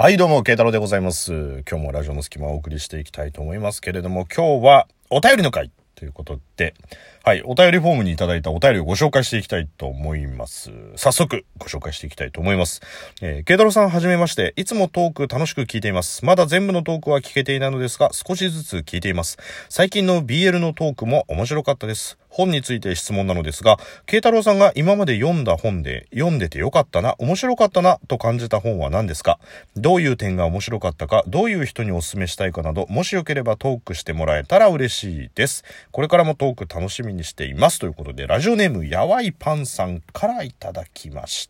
はい、どうも、慶太郎でございます。今日もラジオの隙間をお送りしていきたいと思いますけれども、今日はお便りの回ということで、はい、お便りフォームにいただいたお便りをご紹介していきたいと思います。早速、ご紹介していきたいと思います。慶太郎さんはじめまして、いつもトーク楽しく聞いています。まだ全部のトークは聞けていないのですが、少しずつ聞いています。最近の BL のトークも面白かったです。本について質問なのですが、慶太郎さんが今まで読んだ本で読んでてよかったな、面白かったなと感じた本は何ですか？どういう点が面白かったか、どういう人にお勧めしたいかなど、もしよければトークしてもらえたら嬉しいです。これからもトーク楽しみにしています。ということで、ラジオネームやわいパンさんからいただきました。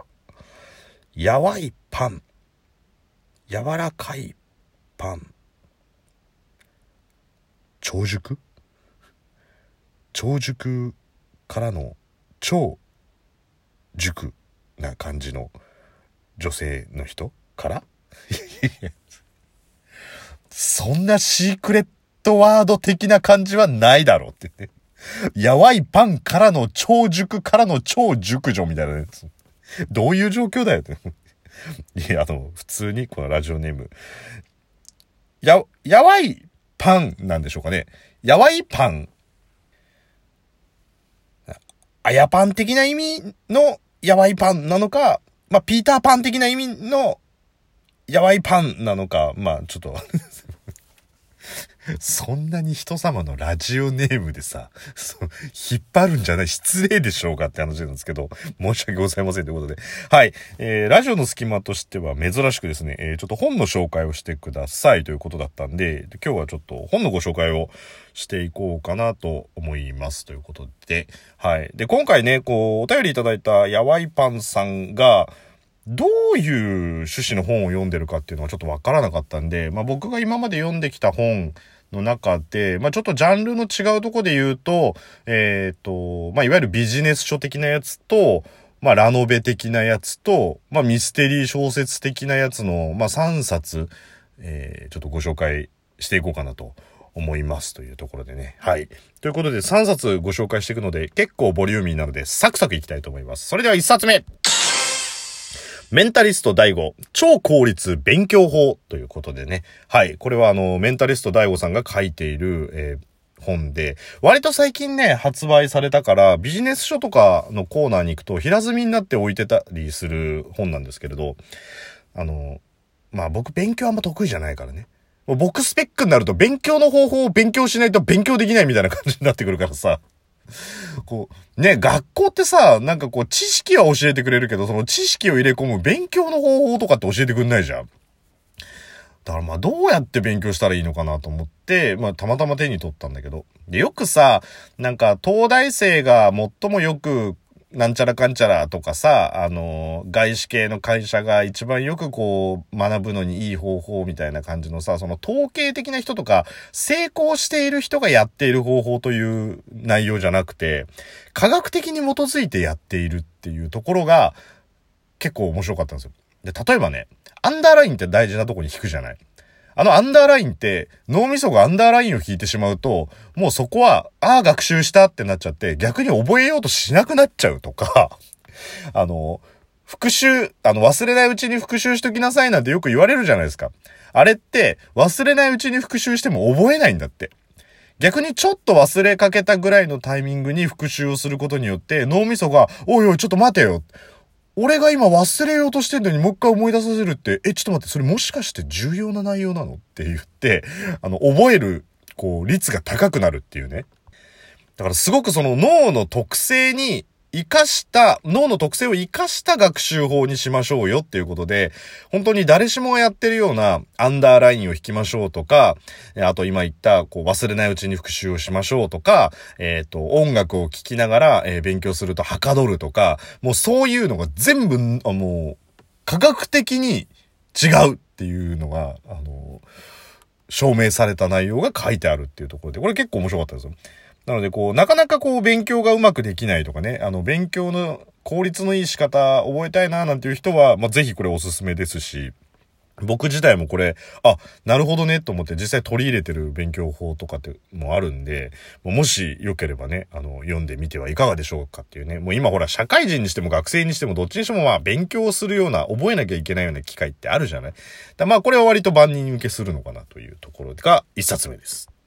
やわいパン。柔らかいパン。長熟からの超熟な感じの女性の人からそんなシークレットワード的な感じはないだろうって言って。やわいパンからの超熟からの超熟女みたいなやつ。どういう状況だよって。いや、普通にこのラジオネーム。やわいパンなんでしょうかね。やわいパン。あやパン的な意味のやわいパンなのか、ピーターパン的な意味のやわいパンなのか、ちょっとそんなに人様のラジオネームでさ、引っ張るんじゃない、失礼でしょうかって話なんですけど、申し訳ございませんということで。はい。ラジオの隙間としては珍しくですね、ちょっと本の紹介をしてくださいということだったんで、今日はちょっと本のご紹介をしていこうかなと思いますということで、はい。で、今回ね、お便りいただいたやわいパンさんが、どういう趣旨の本を読んでるかっていうのはちょっとわからなかったんで、僕が今まで読んできた本の中で、ちょっとジャンルの違うところで言うと、いわゆるビジネス書的なやつと、ラノベ的なやつと、ミステリー小説的なやつの、3冊、ちょっとご紹介していこうかなと思いますというところでね。はい。ということで3冊ご紹介していくので、結構ボリューミーなので、サクサクいきたいと思います。それでは1冊目。メンタリスト DAIGO 超効率勉強法ということでね。はい。これはメンタリスト DAIGO さんが書いている、本で、割と最近ね、発売されたから、ビジネス書とかのコーナーに行くと平積みになって置いてたりする本なんですけれど、僕勉強あんま得意じゃないからね。僕スペックになると勉強の方法を勉強しないと勉強できないみたいな感じになってくるからさ。学校ってさ、知識は教えてくれるけど、その知識を入れ込む勉強の方法とかって教えてくんないじゃん。だからどうやって勉強したらいいのかなと思って、たまたま手に取ったんだけど。で、よくさ、東大生が最もよく、なんちゃらかんちゃらとかさ、外資系の会社が一番よく学ぶのにいい方法みたいな感じのさ、その統計的な人とか、成功している人がやっている方法という内容じゃなくて、科学的に基づいてやっているっていうところが、結構面白かったんですよ。で、例えばね、アンダーラインって大事なとこに引くじゃない。アンダーラインって脳みそがアンダーラインを引いてしまうと、もうそこは、学習したってなっちゃって逆に覚えようとしなくなっちゃうとか、復習、忘れないうちに復習しときなさいなんてよく言われるじゃないですか。あれって忘れないうちに復習しても覚えないんだって。逆にちょっと忘れかけたぐらいのタイミングに復習をすることによって脳みそが、おいおいちょっと待てよ。俺が今忘れようとしてんのにもう一回思い出させるって、ちょっと待って、それもしかして重要な内容なのって言って、覚える、率が高くなるっていうね。だからすごくその脳の特性を活かした学習法にしましょうよっていうことで、本当に誰しもがやってるようなアンダーラインを引きましょうとか、あと今言った忘れないうちに復習をしましょうとか、音楽を聴きながら、勉強するとはかどるとか、もうそういうのが全部もう科学的に違うっていうのが証明された内容が書いてあるっていうところで、これ結構面白かったですよ。なのでなかなか勉強がうまくできないとかね、勉強の効率のいい仕方覚えたいななんていう人は、ぜひこれおすすめですし、 僕自体もこれ、なるほどねと思って実際取り入れてる勉強法とかってもあるんで、もしよければね、読んでみてはいかがでしょうかっていうね。もう今ほら、社会人にしても学生にしてもどっちにしてもまあ勉強するような、覚えなきゃいけないような機会ってあるじゃない。まあこれは割と万人受けするのかなというところが1冊目です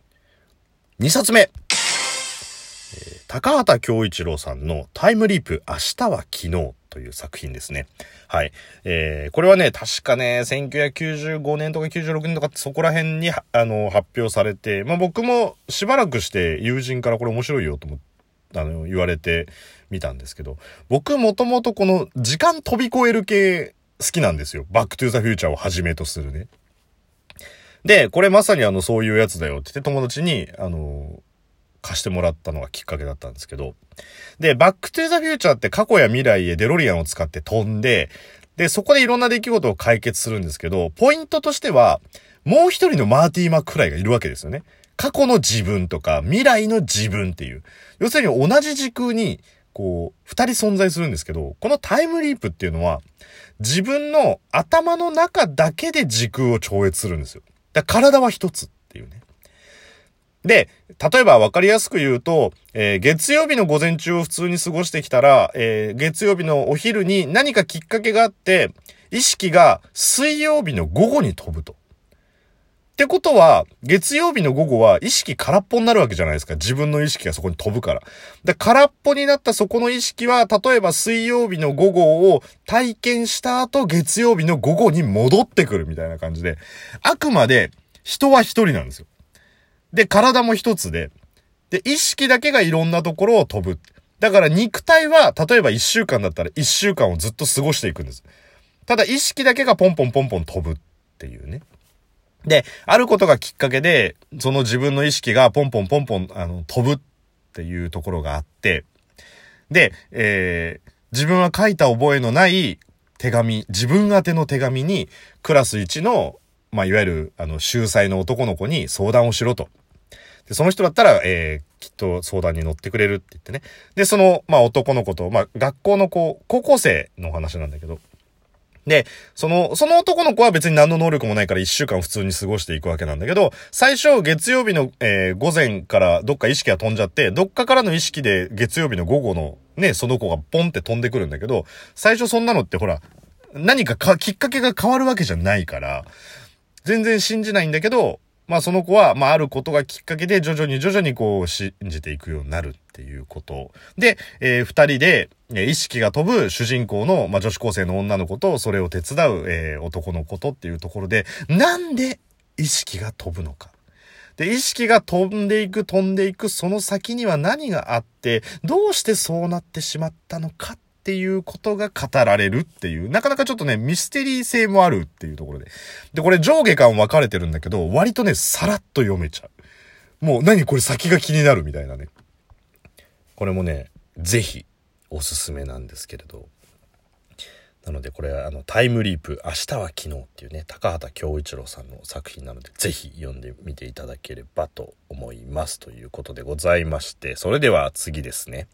。2冊目。高畑恭一郎さんのタイムリープ明日は昨日という作品ですね。はい。これはね、確かね、1995年とか96年とかそこら辺に発表されて、まあ僕もしばらくして友人からこれ面白いよと言われてみたんですけど、僕もともとこの時間飛び越える系好きなんですよ。バックトゥーザフューチャーをはじめとするね。で、これまさにそういうやつだよって言って友達に、貸してもらったのがきっかけだったんですけど。で、バックトゥーザフューチャーって過去や未来へデロリアンを使って飛んで、で、そこでいろんな出来事を解決するんですけど、ポイントとしては、もう一人のマーティー・マックフライがいるわけですよね。過去の自分とか未来の自分っていう。要するに同じ時空に、二人存在するんですけど、このタイムリープっていうのは、自分の頭の中だけで時空を超越するんですよ。だから体は一つっていうね。で、例えば分かりやすく言うと、月曜日の午前中を普通に過ごしてきたら、月曜日のお昼に何かきっかけがあって、意識が水曜日の午後に飛ぶと。ってことは、月曜日の午後は意識空っぽになるわけじゃないですか。自分の意識がそこに飛ぶから。で、空っぽになったそこの意識は、例えば水曜日の午後を体験した後、月曜日の午後に戻ってくるみたいな感じで、あくまで人は一人なんですよ。で、体も一つで、意識だけがいろんなところを飛ぶ。だから肉体は、例えば1週間だったら1週間をずっと過ごしていくんです。ただ意識だけがポンポンポンポン飛ぶっていうね。で、あることがきっかけで、その自分の意識がポンポンポンポン、飛ぶっていうところがあって、で、自分は書いた覚えのない手紙、自分宛ての手紙に、クラス1の、まあ、いわゆる、秀才の男の子に相談をしろと。で、その人だったら、きっと相談に乗ってくれるって言ってね。で、その、まあ、男の子と、まあ、学校の高校生の話なんだけど。で、その男の子は別に何の能力もないから1週間普通に過ごしていくわけなんだけど、最初月曜日の、午前からどっか意識が飛んじゃって、どっかからの意識で月曜日の午後のね、その子がポンって飛んでくるんだけど、最初そんなのってほら、何かきっかけが変わるわけじゃないから、全然信じないんだけど、まあその子は、まああることがきっかけで徐々に信じていくようになるっていうこと。で、二人で、意識が飛ぶ主人公の、まあ女子高生の女の子とそれを手伝う、男の子とっていうところで、なんで意識が飛ぶのか。で、意識が飛んでいく、その先には何があって、どうしてそうなってしまったのかっていうことが語られるっていう、なかなかちょっとね、ミステリー性もあるっていうところで。で、これ上下巻分かれてるんだけど、割とね、さらっと読めちゃう。もう何これ先が気になるみたいなね。これもね、ぜひおすすめなんですけれど。なのでこれはタイムリープ明日は昨日っていうね、高畑恭一郎さんの作品なので、ぜひ読んでみていただければと思いますということでございまして、それでは次ですね。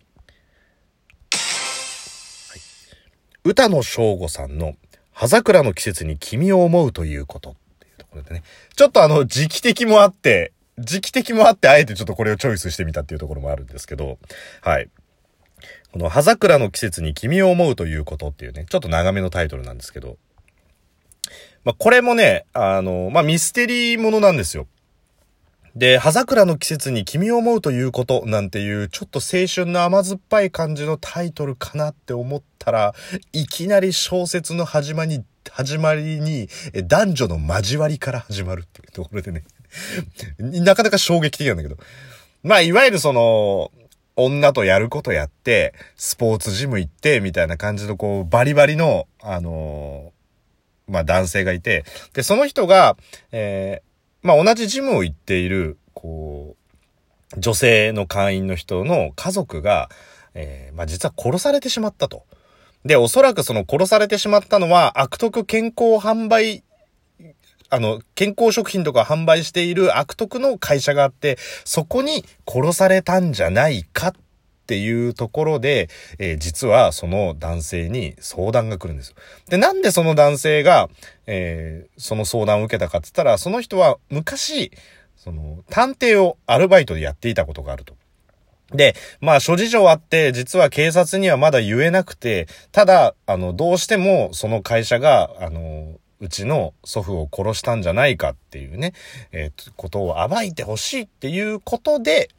歌野翔吾さんの葉桜の季節に君を思うということっていうところでね、ちょっと時期的もあって、あえてちょっとこれをチョイスしてみたっていうところもあるんですけど、はい。この葉桜の季節に君を思うということっていうね、ちょっと長めのタイトルなんですけど、まあ、これもね、まあ、ミステリーものなんですよ。で、葉桜の季節に君を思うということなんていう、ちょっと青春の甘酸っぱい感じのタイトルかなって思ったら、いきなり小説の始まりに、男女の交わりから始まるっていうところでね、なかなか衝撃的なんだけど。まあ、いわゆるその、女とやることやって、スポーツジム行って、みたいな感じのバリバリの、まあ男性がいて、で、その人が、まあ同じジムを行っている、女性の会員の人の家族が、まあ実は殺されてしまったと。で、おそらくその殺されてしまったのは、悪徳健康販売、健康食品とか販売している悪徳の会社があって、そこに殺されたんじゃないかっっていうところで、実はその男性に相談が来るんですよ。で、なんでその男性が、その相談を受けたかって言ったら、その人は昔、探偵をアルバイトでやっていたことがあると。で、まあ諸事情あって、実は警察にはまだ言えなくて、ただ、どうしてもその会社が、うちの祖父を殺したんじゃないかっていうね、ことを暴いてほしいっていうことで、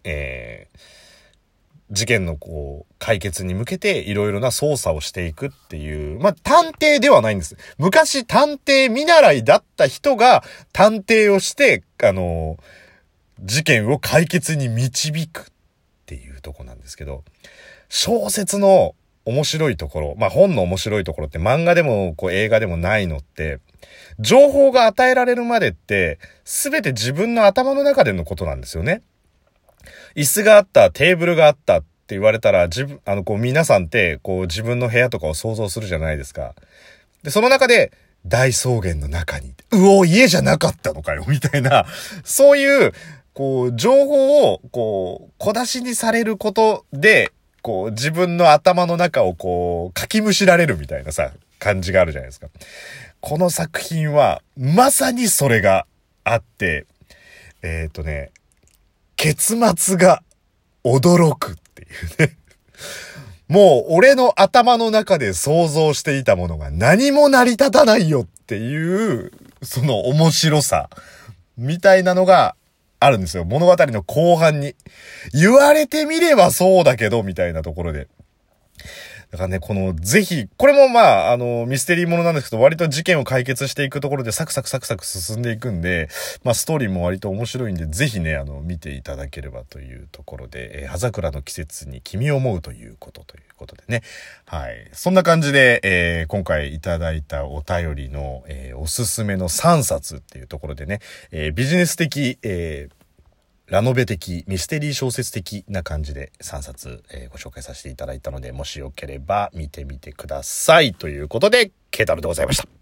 事件の解決に向けていろいろな捜査をしていくっていう、まあ、探偵ではないんです。昔探偵見習いだった人が探偵をして、事件を解決に導くっていうとこなんですけど、小説の面白いところ、まあ、本の面白いところって漫画でも映画でもないのって、情報が与えられるまでって、すべて自分の頭の中でのことなんですよね。椅子があった、テーブルがあったって言われたら、皆さんって、自分の部屋とかを想像するじゃないですか。で、その中で、大草原の中に、家じゃなかったのかよ、みたいな、そういう、情報を、小出しにされることで、自分の頭の中をかきむしられるみたいなさ、感じがあるじゃないですか。この作品は、まさにそれがあって、結末が驚くっていうね。もう俺の頭の中で想像していたものが何も成り立たないよっていう、その面白さみたいなのがあるんですよ。物語の後半に。言われてみればそうだけど、みたいなところで。だからね、ぜひ、これもまあ、ミステリーものなんですけど、割と事件を解決していくところでサクサクサクサク進んでいくんで、まあ、ストーリーも割と面白いんで、ぜひね、見ていただければというところで、葉桜の季節に君を思うということでね。はい。そんな感じで、今回いただいたお便りの、おすすめの3冊っていうところでね、ビジネス的、ラノベ的、ミステリー小説的な感じで3冊、ご紹介させていただいたので、もしよければ見てみてください。ということで、ケイタロウでございました。